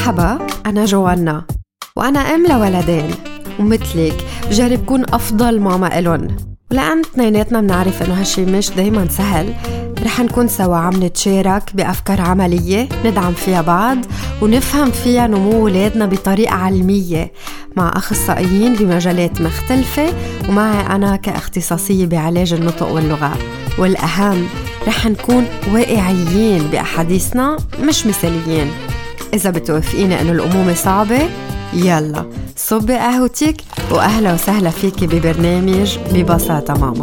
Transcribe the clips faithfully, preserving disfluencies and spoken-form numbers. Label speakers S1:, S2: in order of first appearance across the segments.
S1: مرحبا، أنا جوانا وأنا أم لولدين، ومثلك بجرب كون أفضل ماما إلون. ولأن اثنيناتنا بنعرف إنه هالشي مش دايما سهل، رح نكون سوا عم نتشارك بأفكار عملية ندعم فيها بعض ونفهم فيها نمو ولادنا بطريقة علمية مع أخصائيين بمجالات مختلفة، ومعي أنا كاختصاصية بعلاج النطق واللغة. والأهم رح نكون واقعيين بأحاديثنا مش مثاليين. إذا بتوافقيني إنه الأمومة صعبة، يلا صبي قهوتك وأهلا وسهلا فيكي ببرنامج ببساطة ماما.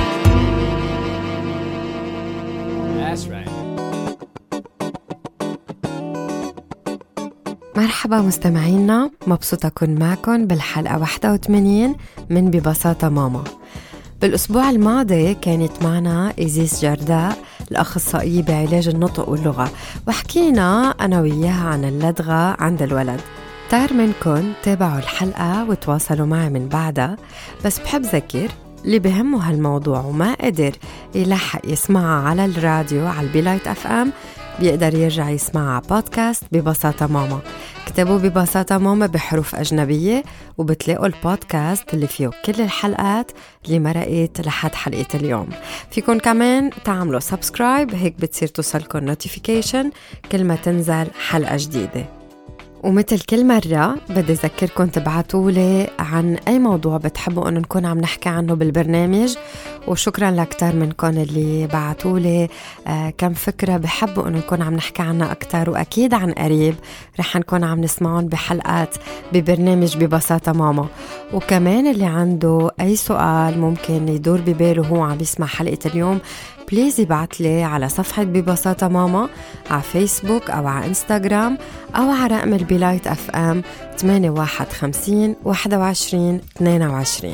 S1: مرحبا مستمعينا، مبسوطة أكون معكم بالحلقة واحد وثمانين من ببساطة ماما. بالأسبوع الماضي كانت معنا إيزيس جرداء الأخصائية بعلاج النطق واللغة، وحكينا أنا وياها عن اللدغة عند الولد. كتار منكم تابعوا الحلقة وتواصلوا معي من بعدها، بس بحب ذكر اللي بهمه هالموضوع وما قدر يلحق يسمعها على الراديو على البيلايت اف ام، بيقدر يرجع يسمعها على بودكاست ببساطة ماما. كتبوا ببساطة ماما بحروف أجنبية وبتلاقوا البودكاست اللي فيه كل الحلقات اللي مرقت لحد حلقة اليوم. فيكن كمان تعملوا سبسكرايب، هيك بتصير توصلكم نوتيفيكيشن كل ما تنزل حلقة جديدة. ومثل كل مرة بدي أذكركم تبعتولي عن أي موضوع بتحبوا أنه نكون عم نحكي عنه بالبرنامج، وشكرا لأكتر منكم اللي بعتولي آه كم فكرة بحبوا أنه نكون عم نحكي عنها أكتر، وأكيد عن قريب رح نكون عم نسمعون بحلقات ببرنامج ببساطة ماما. وكمان اللي عنده أي سؤال ممكن يدور بباله هو عم يسمع حلقة اليوم، بليز يبعت لي على صفحة ببساطة ماما على فيسبوك أو على إنستغرام أو على رقم البيلايت أف أم ثمانية واحد خمسين واحد وعشرين اثنين وعشرين.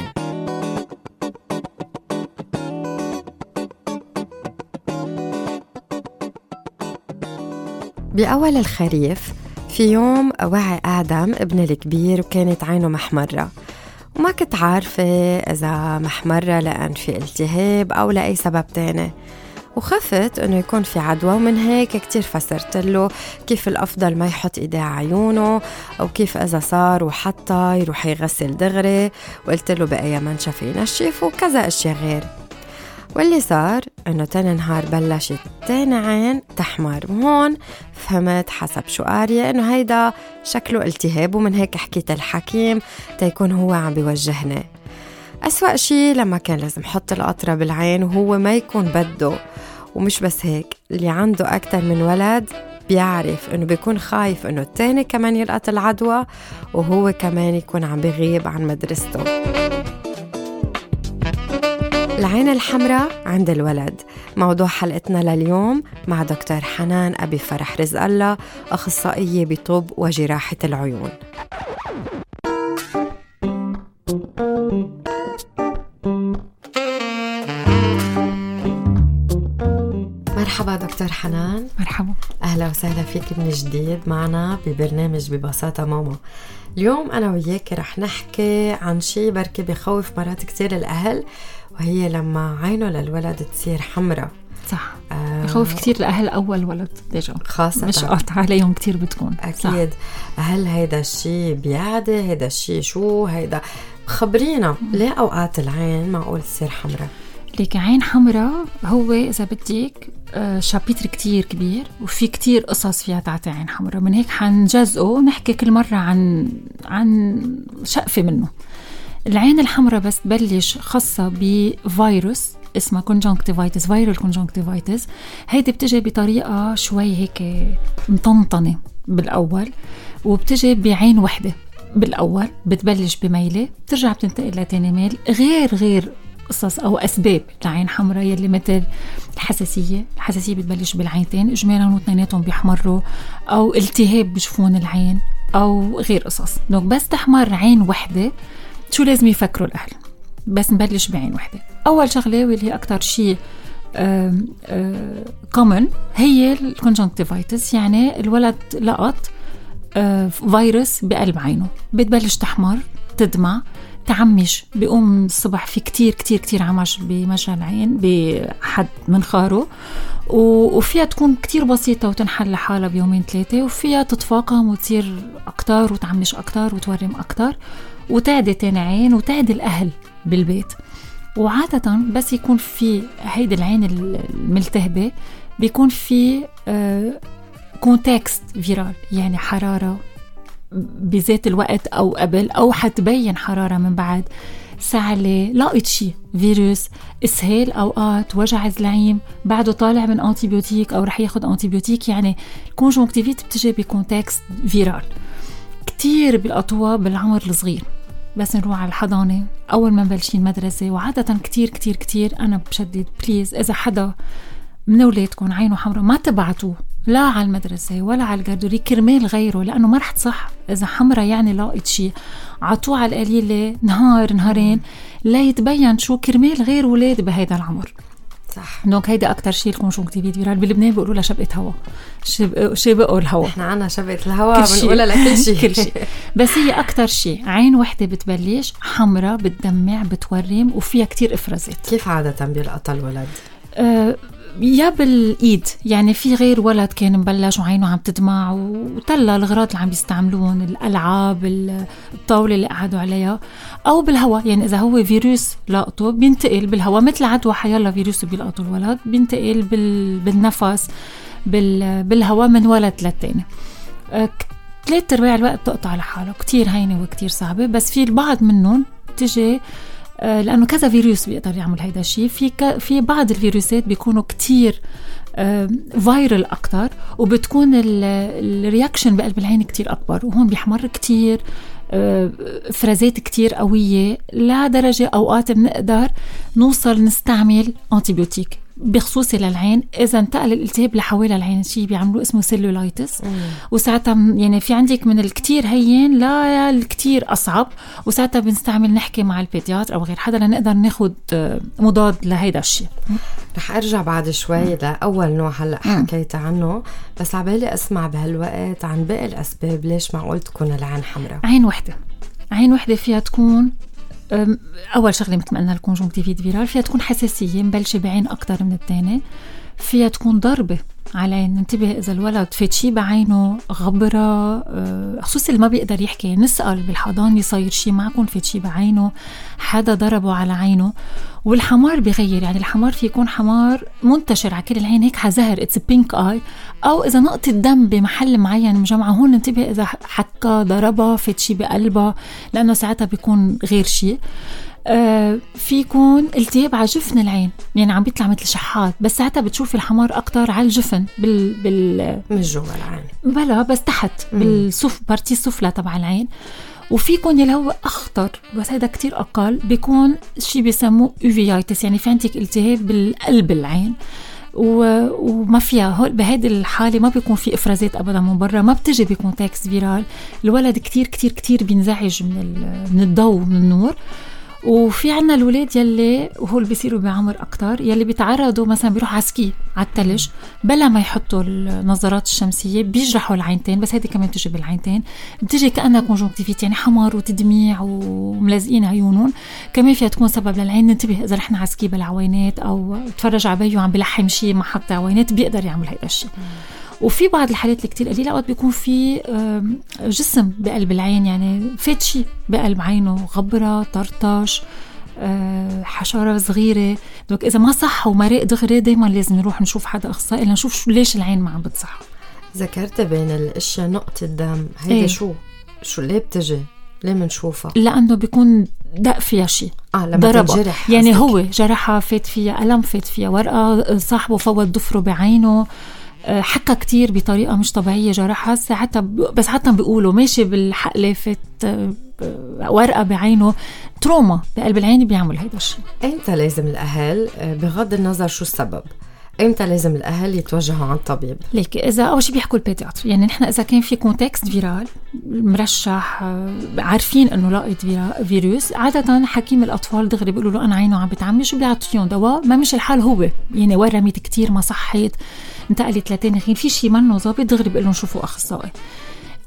S1: بأول الخريف في يوم وعي آدم ابن الكبير وكانت عينه محمرة، وما كنت عارفة إذا محمرة لأن في التهاب أو لأي سبب تاني، وخفت أنه يكون في عدوى، ومن هيك كتير فسرت له كيف الأفضل ما يحط إيديه عيونه، أو كيف إذا صار وحطه يروح يغسل دغري، وقلت له بأي منشف ينشف وكذا أشياء غير. واللي صار أنه تاني نهار بلشت تاني عين تحمر، وهون فهمت حسب شو قارية أنه هيدا شكله التهاب، ومن هيك حكيت الحكيم تيكون هو عم بيوجهني. أسوأ شي لما كان لازم حط القطرة بالعين وهو ما يكون بده. ومش بس هيك، اللي عنده أكتر من ولد بيعرف أنه بيكون خايف أنه التاني كمان يلقط العدوى وهو كمان يكون عم بيغيب عن مدرسته. العين الحمراء عند الولد موضوع حلقتنا لليوم مع دكتور حنان أبي فرح رزق الله، أخصائية بطب وجراحة العيون. مرحبا دكتور حنان.
S2: مرحبا،
S1: أهلا وسهلا فيك من جديد معنا ببرنامج ببساطة ماما. اليوم أنا وياك رح نحكي عن شيء بركي بيخوف مرات كتير الأهل، وهي لما عينه للولد تصير حمرة.
S2: صح، بخوف آه كتير الأهل أول ولد ديجا،
S1: خاصة
S2: مش قاطع عليهم كتير بتكون.
S1: أكيد صح. هل هيدا الشيء بيعدي؟ هيدا الشيء شو هيدا؟ خبرينا ليه أوقات العين معقول تصير حمرة؟
S2: ليك عين حمراء هو إذا بديك شابيتر كتير كبير، وفي كتير قصص فيها تعطي عين حمراء، من هيك حنجزئه نحكي كل مرة عن عن شقفة منه. العين الحمراء بس تبلش خاصة بفيروس اسمها كونجنكتيفايتس، فيرال كونجنكتيفايتس. هيدي بتجي بطريقة شوي هيك مطنطنة بالأول، وبتجي بعين وحدة بالأول، بتبلش بميلة بترجع بتنتقل لتاني ميل، غير غير قصص أو أسباب لعين حمراء يلي مثل الحساسية. الحساسية بتبلش بالعينتين إجمالا واثنيناتهم بيحمروا، أو التهاب بجفون العين، أو غير قصص. نوك بس تحمر عين وحدة شو لازم يفكروا الأهل؟ بس نبلش بعين وحدة. أول شغلة واللي هي أكتر شيء common هي الكونجنكتيفايتس، يعني الولد لقط فيروس بقلب عينه، بتبلش تحمر تدمع، تعمش، بيقوم الصبح في كتير كتير كتير عمش بمجرى العين بحد منخاره، وفيها تكون كتير بسيطة وتنحل لحالها بيومين ثلاثة، وفيها تتفاقم وتصير أكتر وتعمش أكتر وتورم أكتر وتعدي تاني عين وتعدي الأهل بالبيت. وعادة بس يكون في هيدي العين الملتهبة بيكون في آه كونتكست فيرال، يعني حرارة بذات الوقت أو قبل، أو حتبين حرارة من بعد سعلة، لاقت شي فيروس، إسهال أوقات، وجع زلعيم، بعده طالع من أنتيبيوتيك أو رح ياخد أنتيبيوتيك. يعني الكونجونكتيفيت بتجي بكونتكست فيرال كتير بالأطوى بالعمر الصغير، بس نروح على الحضانة أول ما نبلشين مدرسة. وعادة كتير كتير كتير أنا بشدد بليز إذا حدا من أولادكم عينه حمراء ما تبعتوه لا على المدرسة ولا على الجاردوري كرمال غيره، لأنه ما رح تصح. إذا حمراء يعني لاقت شيء عطوه على القليلة نهار نهارين لا يتبين شو كرمال غير ولاد بهيدا العمر.
S1: صح.
S2: دونك هيدا أكتر شيء الكونجونكتيفيت فيرال. بلبنان بيقولوا لها شبقة هوا، شبقوا الهوا.
S1: إحنا عنا شبقة الهوا بنقولها لكل شيء
S2: كل شيء. بس هي أكتر شيء عين وحدة بتبلش حمراء بتدمع بتورم وفيها كتير إفرازات.
S1: كيف عادة بيلقط الولد؟
S2: أه يا بالإيد، يعني في غير ولد كان مبلش وعينه عم تدمع وطلع الغراض اللي عم بيستعملون، الألعاب، الطاولة اللي قعدوا عليها، أو بالهواء. يعني إذا هو فيروس لاقطه بينتقل بالهواء مثل عدوى حيالله فيروس بيلقطه الولد، بينتقل بال... بالنفس بال... بالهواء من ولد للتاني. ثلاث أرباع الوقت تقطع لحاله، كتير هينة وكتير صعبة. بس في البعض منهم تجي لأنه كذا فيروس بيقدر يعمل هيدا الشيء. في ك... في بعض الفيروسات بيكونوا كتير فايرل أكتر، وبتكون الرياكشن بقلب العين كتير أكبر، وهون بيحمر كتير، فرازات كتير قوية، لا درجة أوقات بنقدر نوصل نستعمل أنتيبيوتيك بخصوصي للعين. إذا انتقل الالتهاب لحوالي العين شيء بيعملوه اسمه سيلولايتس، وساعتها يعني في عندك من الكتير هين لا الكتير أصعب، وساعتها بنستعمل نحكي مع البيدياتر أو غير حدا لنقدر ناخد مضاد لهيدا الشيء.
S1: رح أرجع بعد شوي لأول نوع هلأ حكيت عنه، بس عبالي أسمع بهالوقت عن باقي الأسباب ليش معقول تكون العين حمراء.
S2: عين وحدة عين وحدة فيها تكون أول شغلة مثل ما قلنا الكونجونكتيفيت فيرال، فيها تكون حساسية مبلشة بعين أكتر من التاني، فيها تكون ضربة على عين. ننتبه إذا الولد فات شي بعينه، غبرة، خصوصي اللي ما بيقدر يحكي، نسأل بالحضانة صاير شي معكم، فات شي بعينه، حدا ضربه على عينه. والحمار بيغير، يعني الحمار في يكون حمار منتشر على كل العين هيك حزهر اتس بينك اي، أو إذا نقطة دم بمحل معين مجمعة، هون ننتبه إذا حكا ضربها فات شي بقلبها، لأنه ساعتها بيكون غير شي. آه في يكون التهاب على جفن العين، يعني عم بيطلع مثل شحات، بس ساعتها بتشوف الحمار أكتر على الجفن بال بال
S1: من جوا العين
S2: بلا بس تحت بالصف بارتي السفلى تبع العين. وفي يكون اللي هو أخطر بس هذا كتير أقل، بيكون شيء بيسموه أوفيايتس، يعني في عندك التهاب بالقلب العين، وما فيها بهذه الحالة ما بيكون في إفرازات أبدا من برا، ما بتجي بيكون تاكس فيرال. الولد كتير كتير كتير بينزعج من من الضوء من النور. وفي عنا الولاد يلي وهو اللي بيصيروا بعمر أكتر، يلي بيتعرضوا مثلا بيروح على سكي على التلج بلا ما يحطوا النظارات الشمسية، بيجرحوا العينتين، بس هذه كمان بتجي بالعينتين، بتجي كأنها كونجونكتيفيت، يعني حمر وتدميع وملزقين عيونهم. كمان فيها تكون سبب للعين. ننتبه إذا رحنا على سكي بالعوينات أو تفرج على بيو عم بلحم شيء ما حط عوينات، بيقدر يعمل هذا الشيء. وفي بعض الحالات اللي كتير قليلة أوقات بيكون في جسم بقلب العين، يعني فات شيء بقلب عينه، غبرة، طرطش، حشرة صغيرة. دوك إذا ما صح ومريق دغري دايما لازم نروح نشوف حدا أخصائي لنشوف شو ليش العين ما عم بتصح.
S1: ذكرت بين الأشياء نقطة الدم، هيدا ايه؟ شو شو ليه بتجي؟ ليه منشوفها؟
S2: لأنه بيكون دق فيها شيء،
S1: آه لما تنجرح،
S2: يعني حسك. هو جرحها، فات فيها ألم، فات فيها ورقة، صاحبه فوت ضفره بعينه، حكى كتير بطريقة مش طبيعية، جرحها ساعتها ب... بس حتى بيقولوا ماشي بالحقلة فات ورقة بعينه، تروما بقلب العين بيعمل هيدا الشيء.
S1: امتى لازم الأهل بغض النظر شو السبب، امتى لازم الأهل يتوجهوا عن طبيب؟
S2: ليك إذا أول شيء بيحكوا البيدياتر، يعني نحن إذا كان في كونتكست فيرال مرشح عارفين إنه لاقط فيروس، عادة حكيم الأطفال دغري بيقولوا له أنا عينه عم بتعمش وبيعطيهم دواء. ما مش الحال هو يعني ورمت كتير ما صحيت انتقلت لتاني حين في شيء منه ظابط، دغري بيقولوا شوفوا أخصائي.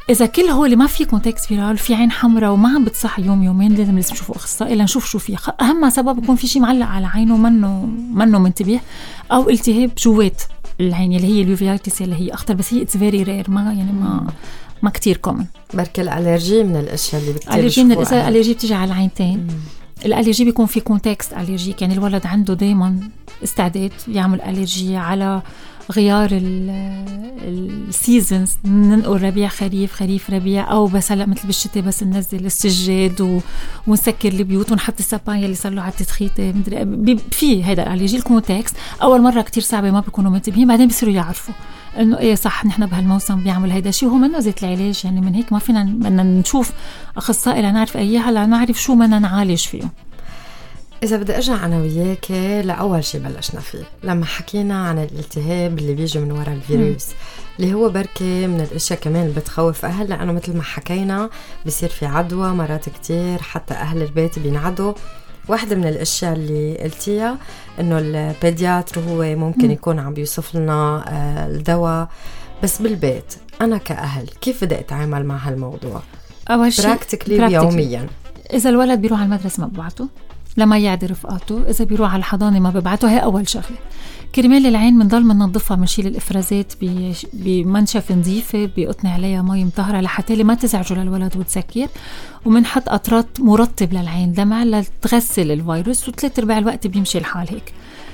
S2: إذا كل هو اللي ما في كونتكست فيرال في عين حمراء وما عم بتصح يوم يومين لازم لازم نشوفه أخصائي لنشوف شو فيه. أهم سبب يكون في شيء معلق على عينه منه منه منتبه، أو التهاب جوات العين اللي هي اليوفيتس اللي هي أخطر، بس هي it's very rare، ما يعني ما ما كتير كومن.
S1: بركي الألرجي من الأشياء اللي بكتير
S2: الألرجي من الأشياء الألرجي بتيجي على العينتين. الألرجي بيكون في كونتكست ألرجيك، يعني الولد عنده دايما استعداد يعمل ألرجي على غيار السيزنز، ننقل ربيع خريف خريف ربيع، أو بس هلا مثل بالشتاء بس ننزل السجاد و... ونسكر البيوت ونحط السباية اللي صار له على التدخيط. في هذا الألرجي الكونتكست أول مرة كتير صعبة ما بيكونوا منتبهين، بعدين بيصيروا يعرفوا إنه إيه صح نحن بهالموسم بيعمل هيدا شيء، وهو منه زيت العلاج. يعني من هيك ما فينا بدنا نشوف أخصائي لنعرف أيها لنعرف شو بدنا نعالج فيه.
S1: إذا بدي أرجع أنا وياك لأول شيء بلشنا فيه لما حكينا عن الالتهاب اللي بيجي من وراء الفيروس، م. اللي هو بركة من الأشياء كمان اللي بتخوف أهل، لأنه مثل ما حكينا بيصير في عدوى مرات كتير، حتى أهل البيت بينعدوا. واحدة من الأشياء اللي قلتيها إنه البيدياتر هو ممكن م. يكون عم بيوصف لنا الدواء، بس بالبيت أنا كأهل كيف بدي أتعامل مع هالموضوع؟
S2: أول شيء
S1: براكتيكلي يوميا.
S2: إذا الولد بيروح على المدرسة ما ببعته، لما يعدي رفقاته، إذا بيروح على الحضانة ما ببعته، هي أول شغلة. كرمال العين منضل مننظفها، منشيل الإفرازات بمنشف نظيفة بقطن عليها مي مطهرة لحتى ما تزعجوا للولد وتسكر، ومنحط قطرات مرطب للعين دمع لتغسل الفيروس، وثلاث أرباع الوقت بيمشي الحال هيك.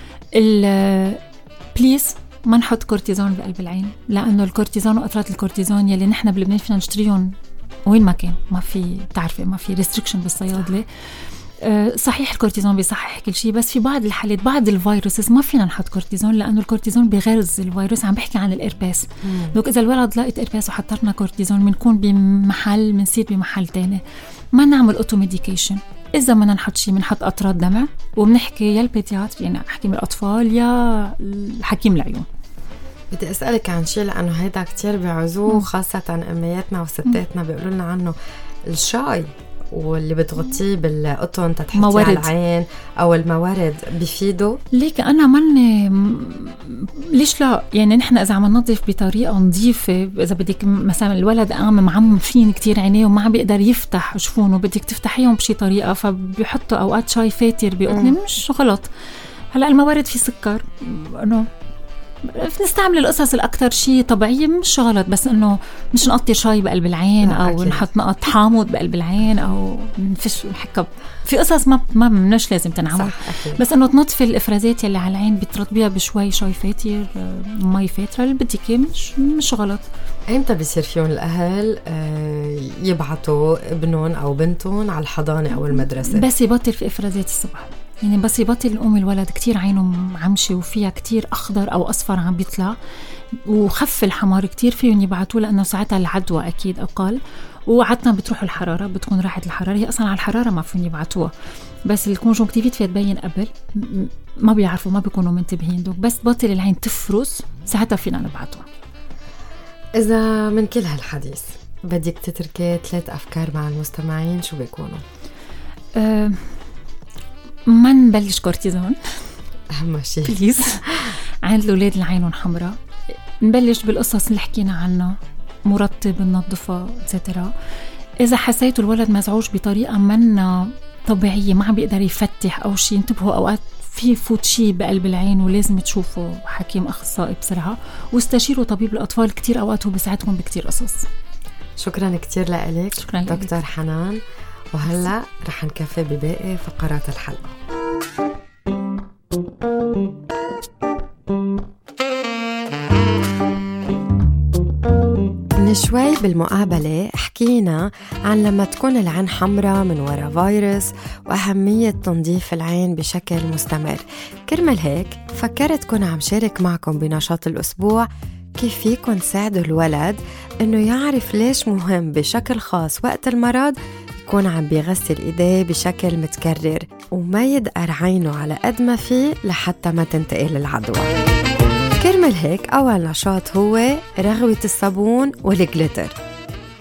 S2: بليز ما نحط كورتيزون بقلب العين، لأنه الكورتيزون وقطرات الكورتيزون يلي نحن بلبنان فينا نشتريهم وين ما كان، ما في تعرفي ما في ريستريكشن بالصيادلة. صحيح الكورتيزون بيصحح كل شيء، بس في بعض الحالات بعض الفيروسز ما فينا نحط كورتيزون، لأنه الكورتيزون بيغرز الفيروس. عم بحكي عن الإرباس، دوك إذا الولد لقيت إرباس وحطرنا كورتيزون بنكون بمحل منصير بمحل تاني. ما نعمل أوتو ميديكيشن. إذا ما نحط شيء بنحط قطرات دمع، وبنحكي يا البيدياتر يعني حكيم الأطفال يا حكيم العيون.
S1: بدي أسألك عن شيء لأنه هيدا كتير بيعوزوه، خاصة أمياتنا وستاتنا بيقولوا لنا عنه، الشاي واللي بتغطيه بالقطن تتحطيه على العين أو الموارد بيفيدوا؟
S2: ليك أنا مني ليش لا، يعني نحن إذا عم ننظف بطريقة نظيفة، إذا بدك مثلا الولد قام معم فين كتير عينيه وما عم بيقدر يفتح جفونه، بدك تفتحيهم بشي طريقة، فبيحطوا أوقات شاي فاتر بقطن، مش غلط. هلأ الموارد في سكر، إنه نستعمل القصص الأكثر شيء طبيعي مش غلط، بس إنه مش نقطر شاي بقلب العين أو أكيد. نحط نقط حامض بقلب العين أو نفش نحكب في قصص ما ما مش لازم تنعمل، بس إنه تنظفي الإفرازات يلي على العين بترطبيها بشوي شاي فاتر مي فاترة اللي بدك مش مش غلط.
S1: إمتى بيصير فيهم الأهل يبعتوا ابنهم أو بنتهم على الحضانة أو المدرسة؟
S2: بس يبطل في إفرازات الصبح، يعني بس يبطل الأم الولد كتير عينه معمشة وفيها كتير أخضر أو أصفر عم بيطلع، وخف الحمار كتير فيهم يبعتوه، لأنه ساعتها العدوى أكيد أقل، وعدنا بتروح الحرارة بتكون راحت الحرارة. هي أصلا على الحرارة ما فيهم يبعتوها، بس الكونجونكتيفيت فيها تبين قبل ما بيعرفوا ما بيكونوا منتبهين، دوك بس بطل العين تفرز ساعتها فينا نبعتوها.
S1: إذا من كل هالحديث بدك تتركي ثلاث أفكار مع المستمعين شو بيكونوا؟
S2: أه ما نبلش كورتيزون
S1: أهم شيء
S2: بليز عند الأولاد اللي عينهم حمراء. نبلش بالقصص اللي حكينا عنها، مرطب ننظفها اتسترا. إذا حسيتوا الولد مزعوج بطريقة منا طبيعية ما عم بيقدر يفتح أو شيء، انتبهوا أوقات في فوت شيء بقلب العين ولازم تشوفوا حكيم أخصائي بسرعة، واستشيروا طبيب الأطفال كتير أوقات هو بيساعدكم بكتير قصص.
S1: شكرا كتير لك
S2: شكرا
S1: دكتور لك. حنان. وهلأ رح نكفي بباقي فقرات الحلقة. من شوي بالمقابلة حكينا عن لما تكون العين حمراء من وراء فيروس وأهمية تنظيف العين بشكل مستمر. كرمال هيك فكرت كون عم شارك معكم بنشاط الأسبوع كيف فيكن تساعدوا الولد إنه يعرف ليش مهم بشكل خاص وقت المرض يكون عم بيغسل إيديه بشكل متكرر وما يدقر عينه على قد ما فيه لحتى ما تنتقل العدوى. كرمال هيك أول نشاط هو رغوة الصابون والجليتر.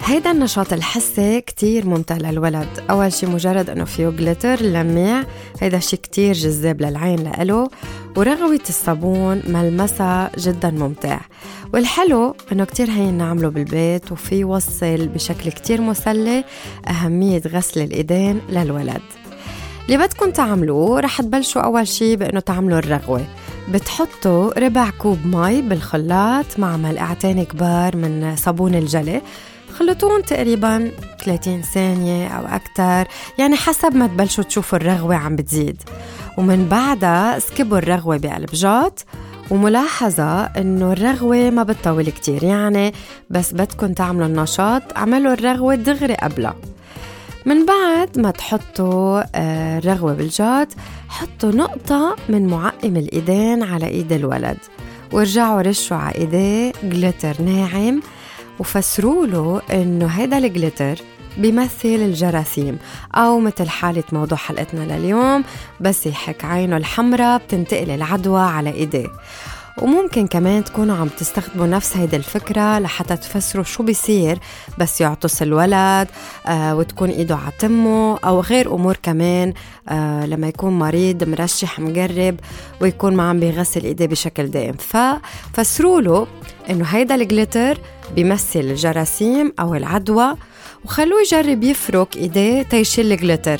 S1: هيدا النشاط الحسي كتير ممتع للولد. أول شي مجرد أنه فيه جليتر لميع، هيدا شي كتير جذاب للعين لإله، ورغوة الصابون ملمسها جدا ممتع. والحلو أنه كتير هين نعمله بالبيت، وفي يوصل بشكل كتير مسلي أهمية غسل الإيدين للولد. اللي بدكم تعملوه رح تبلشوا أول شي بأنه تعملوا الرغوة. بتحطوا ربع كوب مي بالخلاط مع ملعقتين كبار من صابون الجلي، خلطون تقريباً ثلاثين ثانية أو أكتر، يعني حسب ما تبلشوا تشوفوا الرغوة عم بتزيد. ومن بعدها اسكبوا الرغوة بقلب جاط، وملاحظة إنه الرغوة ما بتطول كتير، يعني بس بدكم تعملوا النشاط عملوا الرغوة دغري قبلها. من بعد ما تحطوا الرغوة بالجاط، حطوا نقطة من معقم الإيدين على إيد الولد، وارجعوا رشوا على إيديه جليتر ناعم، وفسروا له إنه هيدا الجليتر بيمثل الجراثيم، أو مثل حالة موضوع حلقتنا لليوم، بس يحك عينه الحمراء بتنتقل العدوى على إيديه. وممكن كمان تكونوا عم تستخدموا نفس هيدا الفكرة لحتى تفسروا شو بيصير بس يعطس الولد آه وتكون إيده على تمه، أو غير أمور كمان آه لما يكون مريض مرشح مقرب ويكون ما عم بيغسل إيديه بشكل دائم. ففسروا له إنه هيدا الجليتر بيمثل الجراثيم أو العدوى، وخلوه يجرب يفرك إيديه تيشيل الجليتر،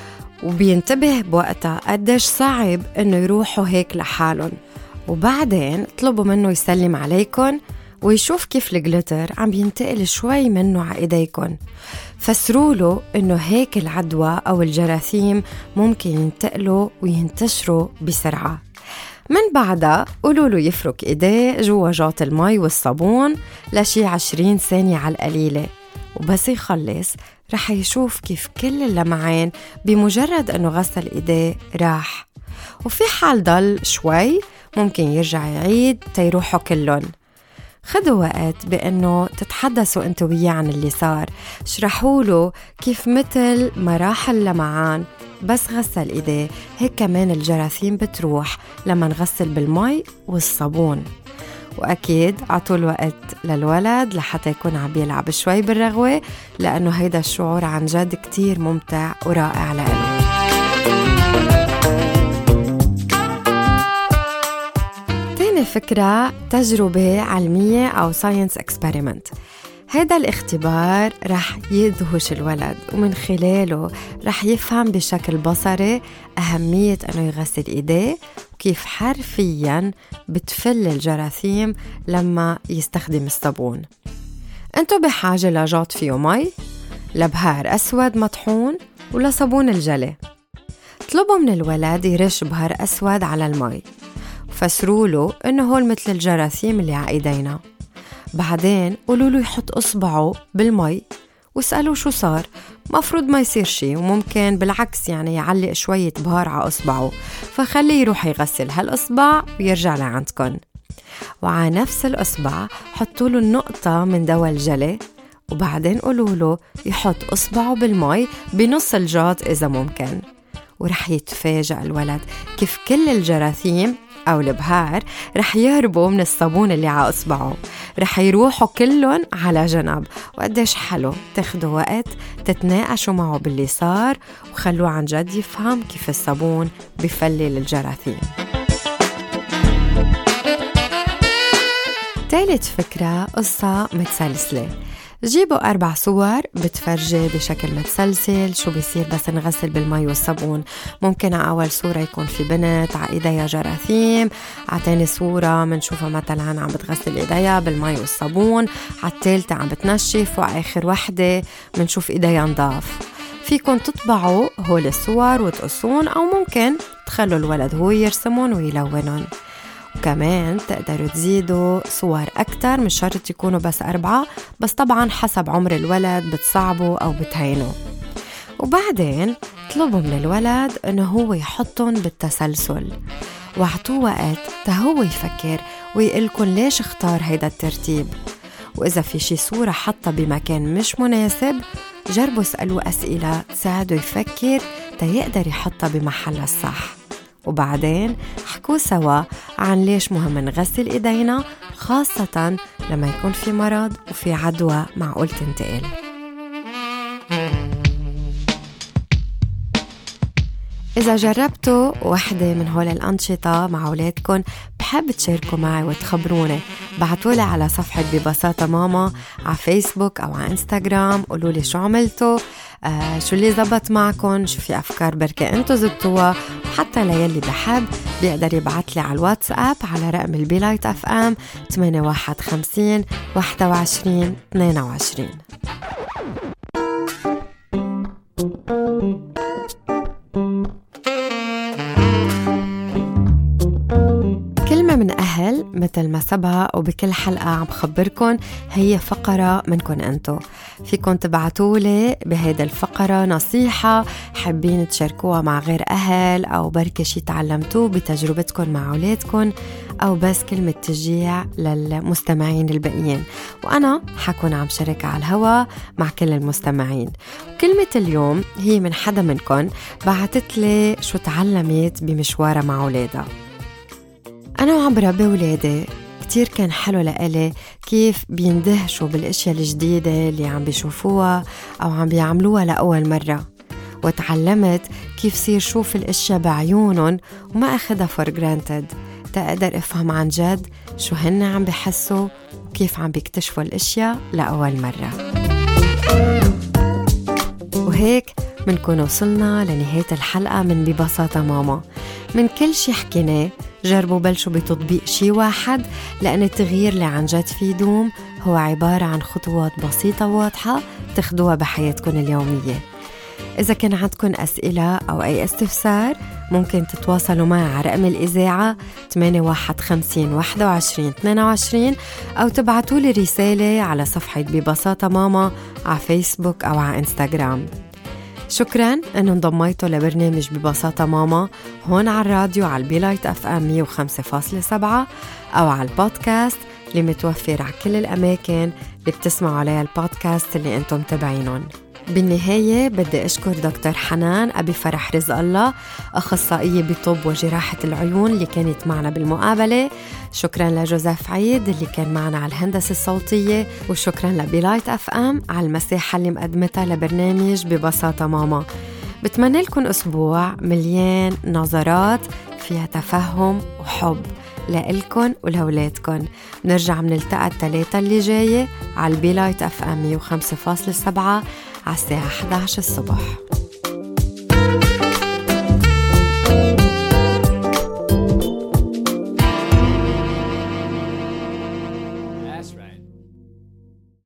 S1: وبينتبه بوقتها قديش صعب إنه يروحوا هيك لحالهم. وبعدين اطلبوا منه يسلم عليكن ويشوف كيف الجليتر عم ينتقل شوي منه على ايديكن. فسروا له انه هيك العدوى او الجراثيم ممكن ينتقلوا وينتشروا بسرعة. من بعدها قولوا له يفرك ايديه جوا جاط المي والصابون لشي عشرين ثانية على القليلة، وبس يخلص رح يشوف كيف كل اللمعان بمجرد انه غسل ايديه راح. وفي حال ضل شوي ممكن يرجع يعيد تيروحوا كلهم. خدوا وقت بأنه تتحدثوا انتوا وياه عن اللي صار، اشرحوا له كيف مثل مراحل لمعان بس غسل ايديه هيك كمان الجراثيم بتروح لما نغسل بالمي والصابون. وأكيد عطوا الوقت للولد لحتى يكون عم يلعب شوي بالرغوة، لأنه هيدا الشعور عن جد كتير ممتع ورائع لإله. فكرة تجربة علمية أو science experiment. هذا الاختبار رح يدهش الولد، ومن خلاله رح يفهم بشكل بصري أهمية أنه يغسل إيديه وكيف حرفياً بتفل الجراثيم لما يستخدم الصابون. أنتوا بحاجة لجاط فيه مي، لبهار أسود مطحون، ولصابون الجلي. اطلبوا من الولد يرش بهار أسود على المي، فسروا له إنه هول مثل الجراثيم اللي على إيدينا. بعدين قولوا له يحط إصبعه بالمي واسألوا شو صار. مفروض ما يصير شي، وممكن بالعكس يعني يعلق شوية بهار على إصبعه، فخليه يروح يغسل هالإصبع ويرجع لعندكن. وعلى نفس الإصبع حطوا له النقطة من دواء الجلي، وبعدين قولوا له يحط إصبعه بالمي بنص الجاط إذا ممكن. ورح يتفاجأ الولد كيف كل الجراثيم أو البهار رح يهربوا من الصابون اللي على إصبعه، رح يروحوا كلهم على جنب. وقديش حلو تاخدوا وقت تتناقشوا معه باللي صار، وخلوه عن جد يفهم كيف الصابون بيفلل الجراثيم. ثالث فكرة قصة متسلسلة. جيبوا أربع صور بتفرجي بشكل متسلسل شو بيصير بس نغسل بالمي والصابون. ممكن على أول صورة يكون في بنت على إيديها جراثيم، على تاني صورة منشوفها مثلا عم بتغسل إيديها بالمي والصابون، على الثالثة عم بتنشف، وعلى آخر وحدة منشوف إيديها نضاف. فيكن تطبعوا هول الصور وتقصون، أو ممكن تخلوا الولد هو يرسمون ويلونون. وكمان تقدروا تزيدوا صور أكتر، مش شرط يكونوا بس أربعة، بس طبعا حسب عمر الولد بتصعبوا أو بتهينوا. وبعدين طلبوا من الولد أنه هو يحطهم بالتسلسل، واعطوه وقت تهو يفكر ويقلكن ليش اختار هيدا الترتيب. وإذا في شي صورة حطها بمكان مش مناسب، جربوا اسألوا أسئلة تساعدوا يفكر تيقدر يحطها بمحلها الصح. وبعدين حكوا سوا عن ليش مهم نغسل إيدينا، خاصة لما يكون في مرض وفي عدوى معقول تنتقل. إذا جربتوا واحدة من هول الأنشطة مع أولادكم بحب تشاركوا معي وتخبروني. بعتولي على صفحة ببساطة ماما على فيسبوك أو على انستغرام، قولولي شو عملتوا، آه شو اللي زبط معكم، شو في أفكار بركة أنتوا زبطوها. وحتى ليلي بحب بيقدر يبعتلي على الواتساب على رقم البيلايت اف ام ثمانية واحد خمسين واحد وعشرين اثنين وعشرين. كلمة من أهل مثل ما سبق وبكل حلقة عم بخبركن هي فقرة منكن أنتو. فيكن تبعتولي بهيدا الفقرة نصيحة حابين تشاركوها مع غير أهل، أو بركة شي تعلمتوه بتجربتكن مع أولادكن، أو بس كلمة تشجيع للمستمعين الباقيين، وأنا حكون عم شاركها على الهوا مع كل المستمعين. كلمة اليوم هي من حدا منكن بعتتلي شو تعلمت بمشوارها مع أولادها. أنا وعم بربي ولادي كتير كان حلو لإلي كيف بيندهشوا بالأشياء الجديدة اللي عم بيشوفوها أو عم بيعملوها لأول مرة، وتعلمت كيف صير شوف الأشياء بعيونهم وما أخدها for granted، تقدر أفهم عن جد شو هن عم بيحسوا وكيف عم بيكتشفوا الأشياء لأول مرة. وهيك منكون وصلنا لنهاية الحلقة من ببساطة ماما. من كل شي حكيناه جربوا بلشوا بتطبيق شي واحد، لأن التغيير اللي عن جد فيه دوم هو عبارة عن خطوات بسيطة واضحة تاخدوها بحياتكم اليومية. إذا كان عندكم أسئلة أو أي استفسار ممكن تتواصلوا معي على رقم الإذاعة ثمانية واحد خمسين واحد وعشرين اثنين وعشرين، أو تبعتولي رسالة على صفحة ببساطة ماما على فيسبوك أو على انستغرام. شكراً أنه انضميتوا لبرنامج ببساطة ماما هون على الراديو على البيلايت اف ام مية وخمسة فاصلة سبعة، أو على البودكاست اللي متوفر على كل الأماكن اللي بتسمعوا عليها البودكاست اللي أنتم تابعينهم. بالنهاية بدي أشكر دكتور حنان أبي فرح رزق الله، أخصائية بطب وجراحة العيون اللي كانت معنا بالمقابلة. شكرا لجوزيف عيد اللي كان معنا على الهندسة الصوتية، وشكرا لبيلايت اف ام على المساحة اللي مقدمتها لبرنامج ببساطة ماما. بتمنى لكم أسبوع مليان نظرات فيها تفهم وحب لإلكن ولأولادكن. نرجع منلتقى الثلاثة اللي جاية على البيلايت اف ام مية وخمسة فاصلة سبعة على الساعة إحدى عشر الصبح.